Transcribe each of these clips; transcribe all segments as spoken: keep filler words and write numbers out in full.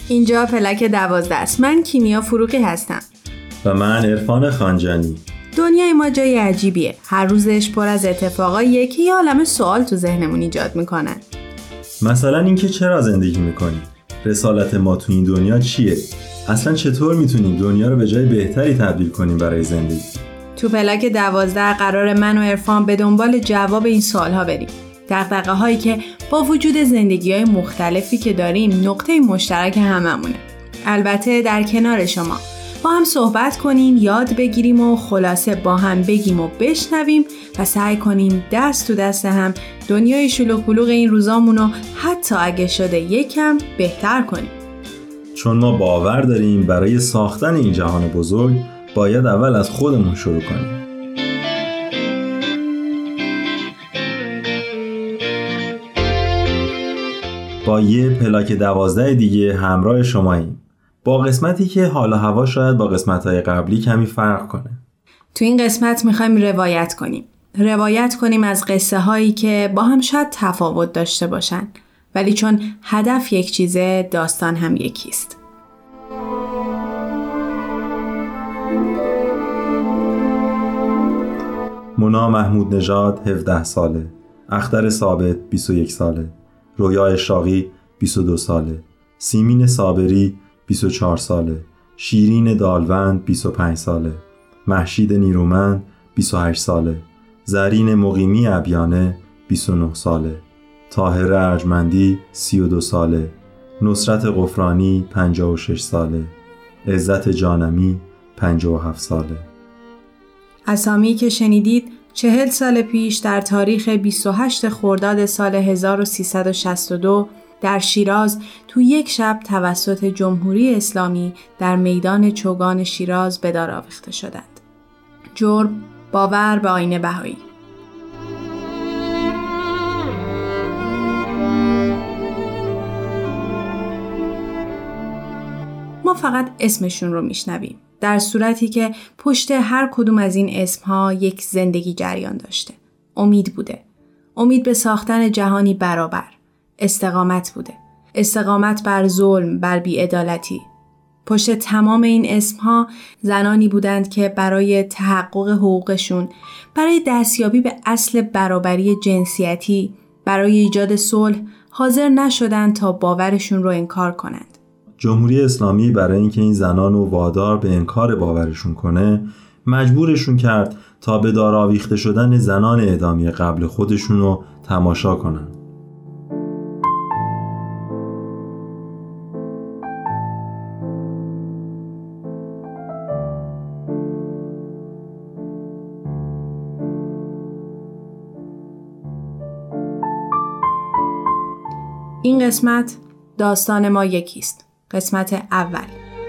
اینجا پلاک دوازده است. من کیمیا فروغی هستم. و من عرفان خانجانی. دنیای ما جای عجیبیه. هر روزش پر از اتفاقاییه که یه عالمه سوال تو ذهنمون ایجاد میکنن. مثلا اینکه چرا زندگی میکنیم؟ رسالت ما تو این دنیا چیه؟ اصلا چطور میتونیم دنیا رو به جای بهتری تبدیل کنیم برای زندگی؟ تو پلاک دوازده قرار من و عرفان به دنبال جواب این سوالها بریم. دغدغه هایی که با وجود زندگی های مختلفی که داریم نقطه مشترک هممونه. البته در کنار شما با هم صحبت کنیم، یاد بگیریم و خلاصه با هم بگیم و بشنویم و سعی کنیم دست تو دست هم دنیای شلوغ پلوغ این روزامونو حتی اگه شده یکم بهتر کنیم. چون ما باور داریم برای ساختن این جهان بزرگ باید اول از خودمون شروع کنیم. با یه پلاک دوازده دیگه همراه شماییم. با قسمتی که حال و هوا شاید با قسمت‌های قبلی کمی فرق کنه. تو این قسمت می‌خوایم روایت کنیم. روایت کنیم از قصه هایی که با هم شاید تفاوت داشته باشن، ولی چون هدف یک چیزه داستان هم یکیست. مونا محمود نژاد هفده ساله، اختر ثابت بیست و یک ساله، رویا اشراقی بیست و دو ساله، سیمین صابری بیست و چهار ساله، شیرین دالوند بیست و پنج ساله، مهشید نیرومند بیست و هشت ساله، زرین مقیمی ابیانه بیست و نه ساله، طاهره ارجمندی سی و دو ساله، نصرت غفرانی پنجاه و شش ساله، عزت جانمی پنجاه و هفت ساله. اسامی که شنیدید چهل سال پیش در تاریخ بیست و هشت خرداد سال هزار و سیصد و شصت و دو در شیراز تو یک شب توسط جمهوری اسلامی در میدان چوگان شیراز به دار آویخته شدند. جرم باور به آیین بهایی. ما فقط اسمشون رو میشنویم، در صورتی که پشت هر کدوم از این اسمها یک زندگی جریان داشته. امید بوده. امید به ساختن جهانی برابر. استقامت بوده. استقامت بر ظلم، بر بی‌عدالتی. پشت تمام این اسمها زنانی بودند که برای تحقق حقوقشون، برای دستیابی به اصل برابری جنسیتی، برای ایجاد صلح حاضر نشدند تا باورشون رو انکار کنند. جمهوری اسلامی برای اینکه این زنان رو وادار به انکار باورشون کنه، مجبورشون کرد تا به دار آویخته شدن زنان اعدامی قبل خودشون رو تماشا کنن. این قسمت داستان ما یکیست. قسمت اول.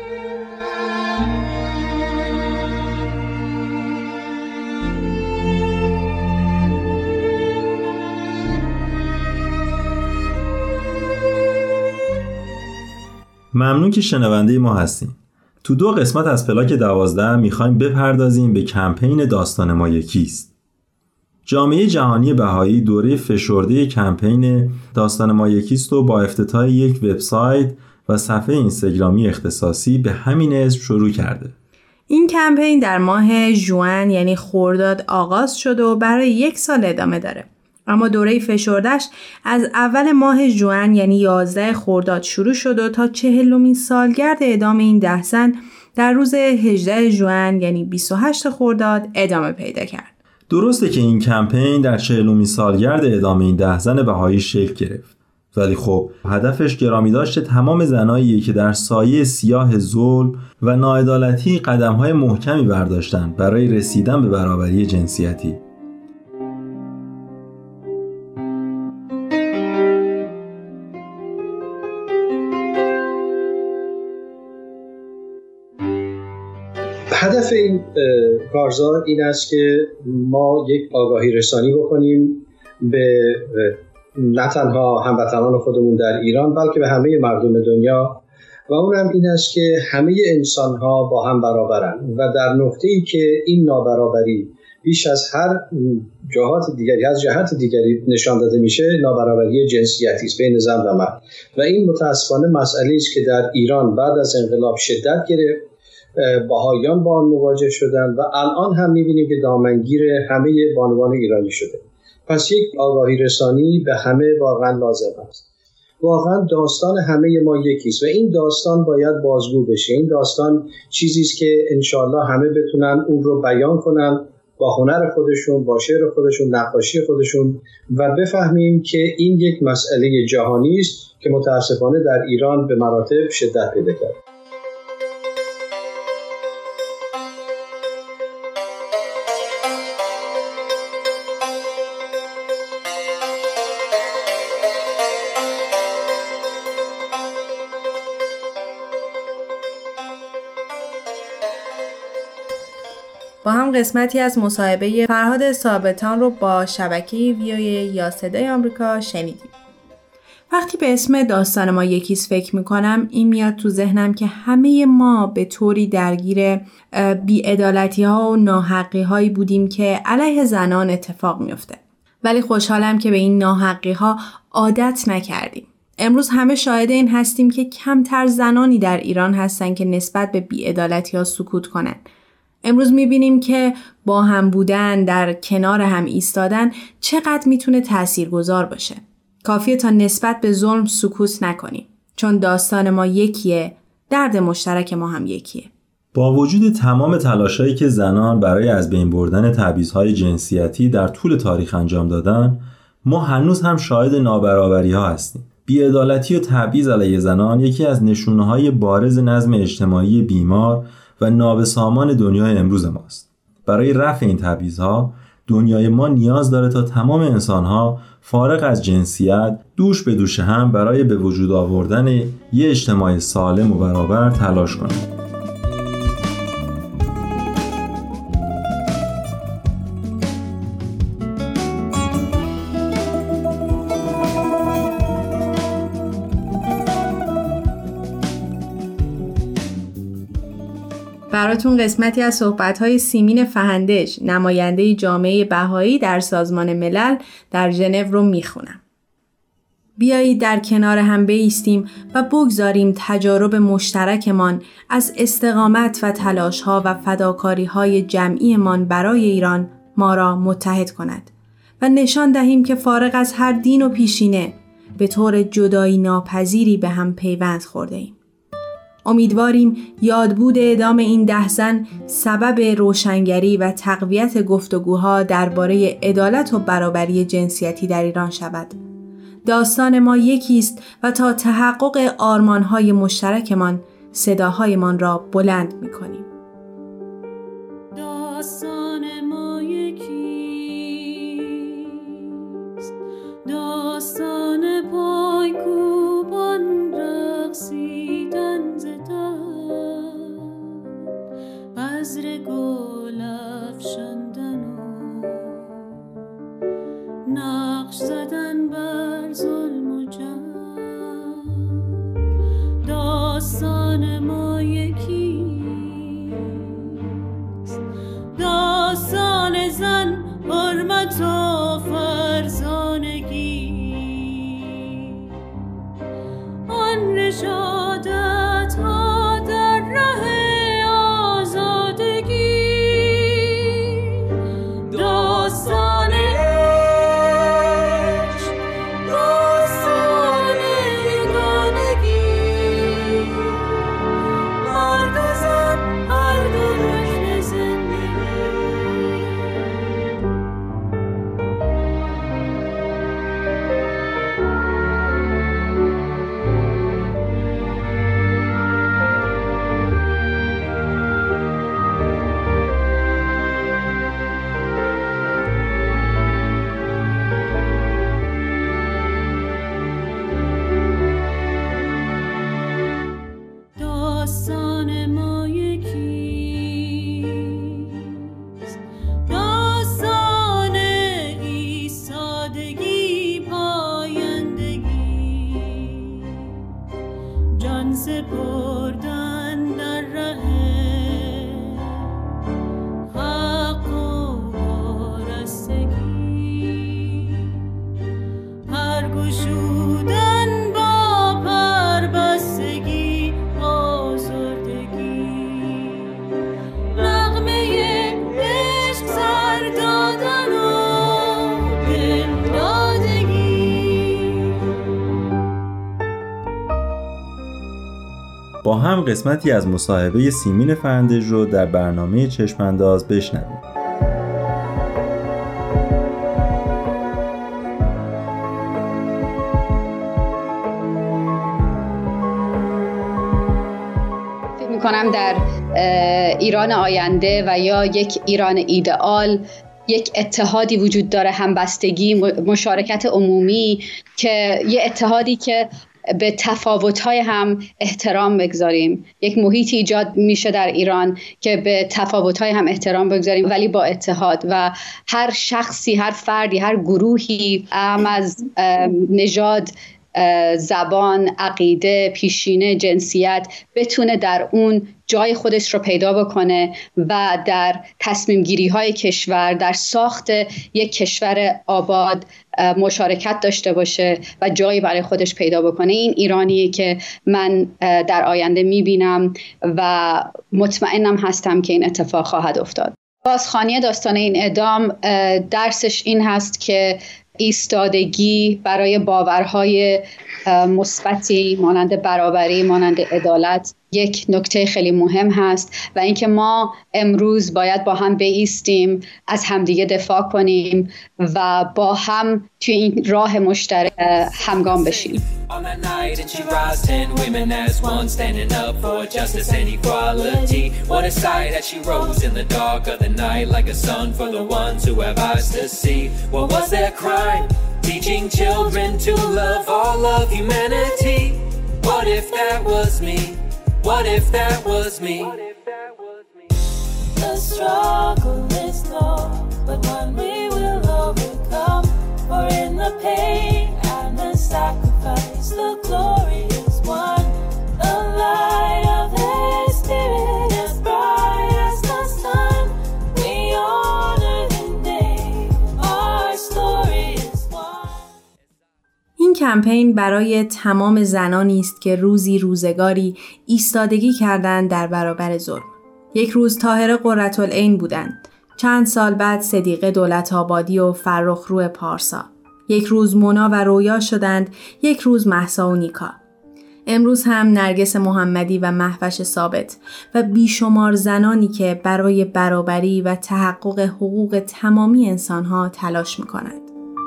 ممنون که شنونده ما هستیم. تو دو قسمت از پلاک دوازده میخوایم بپردازیم به کمپین داستان ما یکیست. جامعه جهانی بهایی دوره فشرده کمپین داستان ما یکیست و با افتتاح یک وبسایت و صفحه اینستاگرامی اختصاصی به همین اسم شروع کرده. این کمپین در ماه ژوئن یعنی خرداد آغاز شده و برای یک سال ادامه داره. اما دوره فشردش از اول ماه ژوئن یعنی یازده خرداد شروع شد و تا چهلمین سالگرد اعدام این ده زن در روز هجده ژوئن یعنی بیست و هشت خرداد ادامه پیدا کرد. درسته که این کمپین در چهلمین سالگرد اعدام این ده زن بهایی شکل گرفت، ولی خب هدفش گرامی داشت تمام زناییه که در سایه سیاه ظلم و ناعدالتی قدم‌های محکمی برداشتن برای رسیدن به برابری جنسیتی. هدف این کارزار این است که ما یک آگاهی رسانی بکنیم به نه تنها هموطنان خودمون در ایران بلکه به همه مردم دنیا و اونم این است که همه انسان‌ها با هم برابرن و در نقطه‌ای که این نابرابری بیش از هر جهات دیگری از جهت دیگری نشان داده میشه نابرابری جنسیتی است بین زن و مرد و این متاسفانه مسئله است که در ایران بعد از انقلاب شدت گرفت. بهائیان با آن مواجه شدند و الان هم می‌بینیم که دامنگیر همه بانوان ایرانی شده. پس یک آگاهی رسانی به همه واقعا لازم است. واقعا داستان همه ما یکیست و این داستان باید بازگو بشه. این داستان چیزی است که انشالله همه بتونن اون رو بیان کنن با هنر خودشون، با شعر خودشون، نقاشی خودشون و بفهمیم که این یک مسئله جهانی است که متاسفانه در ایران به مراتب شدت پیدا کرده. با هم قسمتی از مصاحبه فرهاد ثابتان رو با شبکه ویوی یا صدای آمریکا شنیدیم. وقتی به اسم داستان ما یکیست فکر میکنم این میاد تو ذهنم که همه ما به طوری درگیر بی‌عدالتی ها و ناحقی هایی بودیم که علیه زنان اتفاق میفته. ولی خوشحالم که به این ناحقی ها عادت نکردیم. امروز همه شاهد این هستیم که کمتر زنانی در ایران هستن که نسبت به بی‌عدالتی ها سکوت کنن. امروز میبینیم که با هم بودن، در کنار هم ایستادن چقدر میتونه تاثیرگذار باشه. کافیه تا نسبت به ظلم سکوت نکنیم. چون داستان ما یکیه، درد مشترک ما هم یکیه. با وجود تمام تلاشایی که زنان برای از بین بردن تبعیض‌های جنسیتی در طول تاریخ انجام دادن، ما هنوز هم شاهد نابرابری‌ها هستیم. بی‌عدالتی و تبعیض علیه زنان یکی از نشونه‌های بارز نظم اجتماعی بیمار و نابسامان دنیای امروز ماست. برای رفع این تبعیض‌ها دنیای ما نیاز داره تا تمام انسان‌ها فارغ از جنسیت دوش به دوش هم برای به وجود آوردن یک اجتماع سالم و برابر تلاش کنند. براتون قسمتی از صحبت‌های سیمین فهندش، نماینده جامعه بهایی در سازمان ملل در ژنو رو میخونم. بیایید در کنار هم بایستیم و بگذاریم تجارب مشترکمان از استقامت و تلاش‌ها و فداکاری‌های جمعیمان برای ایران ما را متحد کند و نشان دهیم که فارغ از هر دین و پیشینه به طور جدایی ناپذیری به هم پیوند خورده‌ایم. امیدواریم یادبود اعدام این ده زن سبب روشنگری و تقویت گفتگوها درباره عدالت و برابری جنسیتی در ایران شود. داستان ما یکیست و تا تحقق آرمان‌های مشترکمان صداهایمان را بلند می‌کنیم. داستان ما یکیست، داستان پایکوبان رقصیدن زدن، بذر گل افشاندن و نقش زدن بر ظلم و جنگ. داستان ما یکیست، داستان با هم قسمتی از مصاحبه سیمین فرندژ رو در برنامه چشم‌انداز بشنویم. فکر می‌کنم در ایران آینده و یا یک ایران ایدئال یک اتحادی وجود داره، همبستگی، مشارکت عمومی، که یه اتحادی که به تفاوت‌های هم احترام بگذاریم. یک محیطی ایجاد میشه در ایران که به تفاوت‌های هم احترام بگذاریم ولی با اتحاد، و هر شخصی، هر فردی، هر گروهی هم از نژاد، زبان، عقیده، پیشینه، جنسیت بتونه در اون جای خودش رو پیدا بکنه و در تصمیم گیری های کشور، در ساخت یک کشور آباد مشارکت داشته باشه و جایی برای خودش پیدا بکنه. این ایرانیه که من در آینده میبینم و مطمئنم هستم که این اتفاق خواهد افتاد. بازخوانی داستان این اعدام درسش این هست که ایستادگی برای باورهای مثبتی مانند برابری، مانند عدالت یک نکته خیلی مهم هست و اینکه ما امروز باید با هم بایستیم، از همدیگه دفاع کنیم و با هم توی این راه مشترک همگام بشیم. On that night and she rides ten women as one, standing up for justice and equality. What a sight as she rose in the dark of the night, like a sun for the ones who have eyes to see. What was their crime? Teaching children to love all of humanity. What if that was me? What if that was me? The struggle is long, but one we will overcome. For in the pain and the sacrifice, the glory is won. The light of His Spirit is bright as the sun. We honor the name, our story is one. این کمپین برای تمام زنانی است که روزی روزگاری ایستادگی کردند در برابر ظلم. یک روز طاهره قرةالعین بودند. چند سال بعد صدیقه دولت‌آبادی و فرخرو پارسا. یک روز مونا و رویا شدند، یک روز مهسا و نیکا. امروز هم نرگس محمدی و مهوش ثابت و بیشمار زنانی که برای برابری و تحقق حقوق تمامی انسان‌ها تلاش می‌کنند.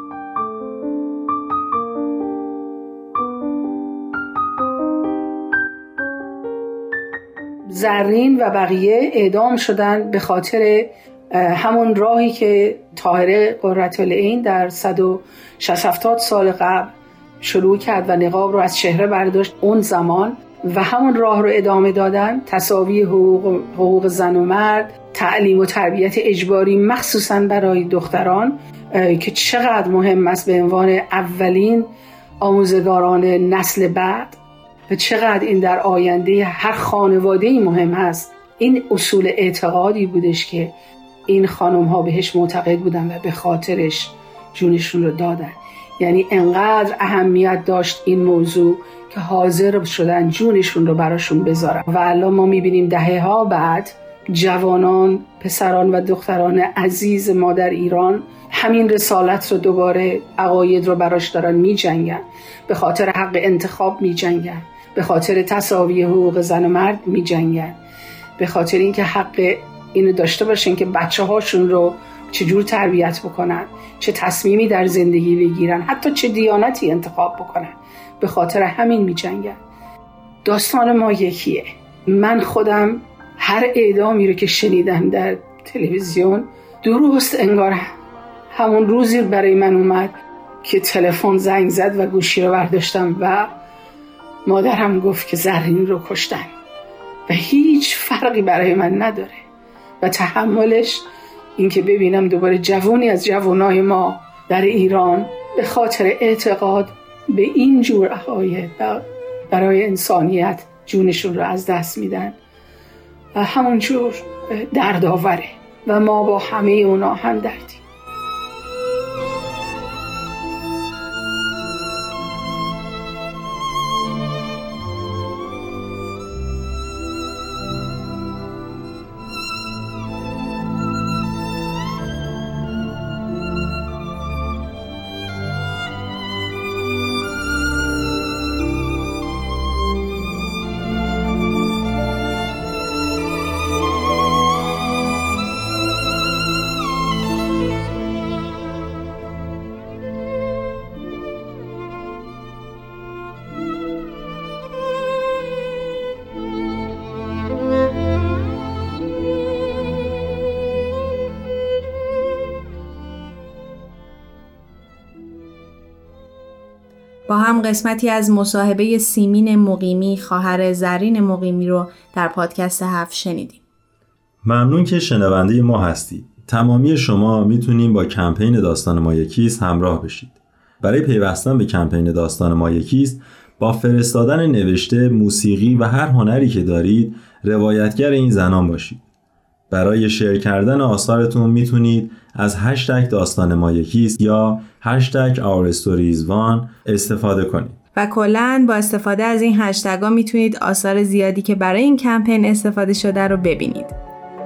زرین و بقیه اعدام شدن به خاطر همون راهی که طاهره قرةالعین در صد و شصت هفتاد سال قبل شروع کرد و نقاب رو از چهره برداشت اون زمان و همون راه رو ادامه دادن. تساوی حقوق, حقوق زن و مرد، تعلیم و تربیت اجباری مخصوصاً برای دختران که چقدر مهم است به عنوان اولین آموزگاران نسل بعد و چقدر این در آینده هر خانواده‌ای مهم هست. این اصول اعتقادی بودش که این خانم ها بهش معتقد بودن و به خاطرش جونشون رو دادن. یعنی انقدر اهمیت داشت این موضوع که حاضر شدن جونشون رو براشون بذارن. و الان ما میبینیم دهه ها بعد جوانان، پسران و دختران عزیز ما در ایران همین رسالت رو دوباره، عقاید رو براش دارن میجنگن، به خاطر حق انتخاب میجنگن، به خاطر تساوی حقوق زن و مرد میجنگن، به خاطر اینکه حق اینو داشته باشن که بچه هاشون رو چجور تربیت بکنن، چه تصمیمی در زندگی بگیرن، حتی چه دیانتی انتخاب بکنن. به خاطر همین میجنگن. داستان ما یکیه. من خودم هر اعدامی رو که شنیدم در تلویزیون، درست انگار همون روزی برای من اومد که تلفن زنگ زد و گوشی رو برداشتم و مادرم گفت که زرین رو کشتن و هیچ فرقی برای من نداره و تحملش این که ببینم دوباره جوانی از جوانای ما در ایران به خاطر اعتقاد به این جور عقاید برای انسانیت جونشون رو از دست میدن و همون جور دردآوره و ما با همه اونا هم دردیم. با هم قسمتی از مصاحبه سیمین مقیمی خواهر زرین مقیمی رو در پادکست هفت شنیدیم. ممنون که شنونده ما هستید. تمامی شما میتونین با کمپین داستان ما یکیست همراه بشید. برای پیوستن به کمپین داستان ما یکیست با فرستادن نوشته، موسیقی و هر هنری که دارید روایتگر این زنان باشید. برای شیر کردن آثارتون میتونید از هشتگ داستان ما یکیست یا هشتگ our stories one استفاده کنید. و کلاً با استفاده از این هشتگ‌ها میتونید آثار زیادی که برای این کمپین استفاده شده رو ببینید.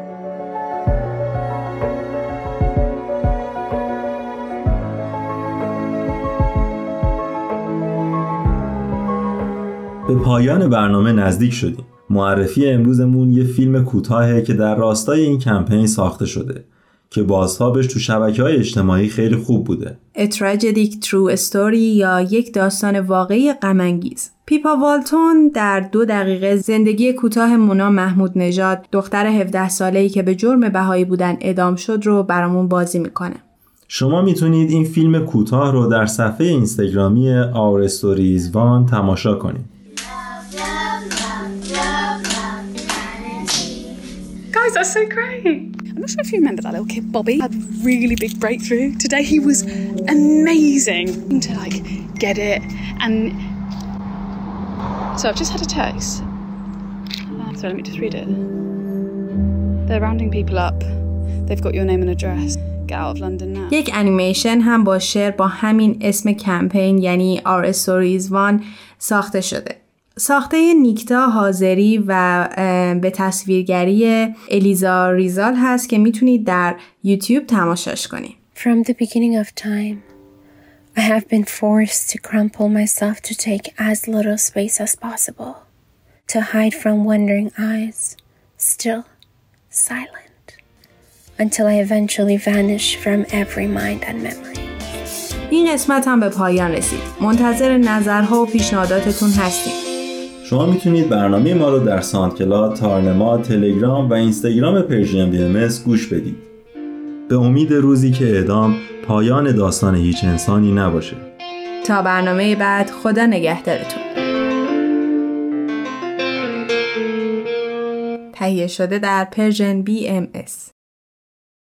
به پایان برنامه نزدیک شدیم. معرفی امروزمون یه فیلم کوتاهه که در راستای این کمپین ساخته شده که بازتابش تو شبکه‌های اجتماعی خیلی خوب بوده. A Tragic True Story یا یک داستان واقعی غم‌انگیز. پیپا والتون در دو دقیقه زندگی کوتاه مونا محمود نژاد، دختر هفده ساله‌ای که به جرم بهایی بودن اعدام شد رو برامون بازی میکنه. شما میتونید این فیلم کوتاه رو در صفحه اینستاگرامی our stories one تماشا کنید. Guys, that's so great. I'm not sure if you remember that little kid, Bobby. Had a really big breakthrough. Today he was amazing. To like get it and so I've just had a text. So let me just read it. They're rounding people up. They've got your name and address. Get out of London now. یک انیمیشن هم با شعر با همین اسم کمپین یعنی our stories one ساخته شده. ساخته نیکتا حاضری و به تصویرگری الیزا ریزال هست که میتونید در یوتیوب تماشاش کنید. From the beginning of time, I have been forced to crumple myself to take as little space as possible, to hide from wondering eyes, still silent, until I eventually vanish from every mind and memory. این قسمت هم به پایان رسید. منتظر نظرها و پیشنهاداتتون هستیم. شما میتونید برنامه ما رو در ساندکلاد، تارنما، تلگرام و اینستاگرام پرژین بی ام اس گوش بدید. به امید روزی که اعدام پایان داستان هیچ انسانی نباشه. تا برنامه بعد، خدا نگهدارتون. تهیه شده در پرژن بی ام اس.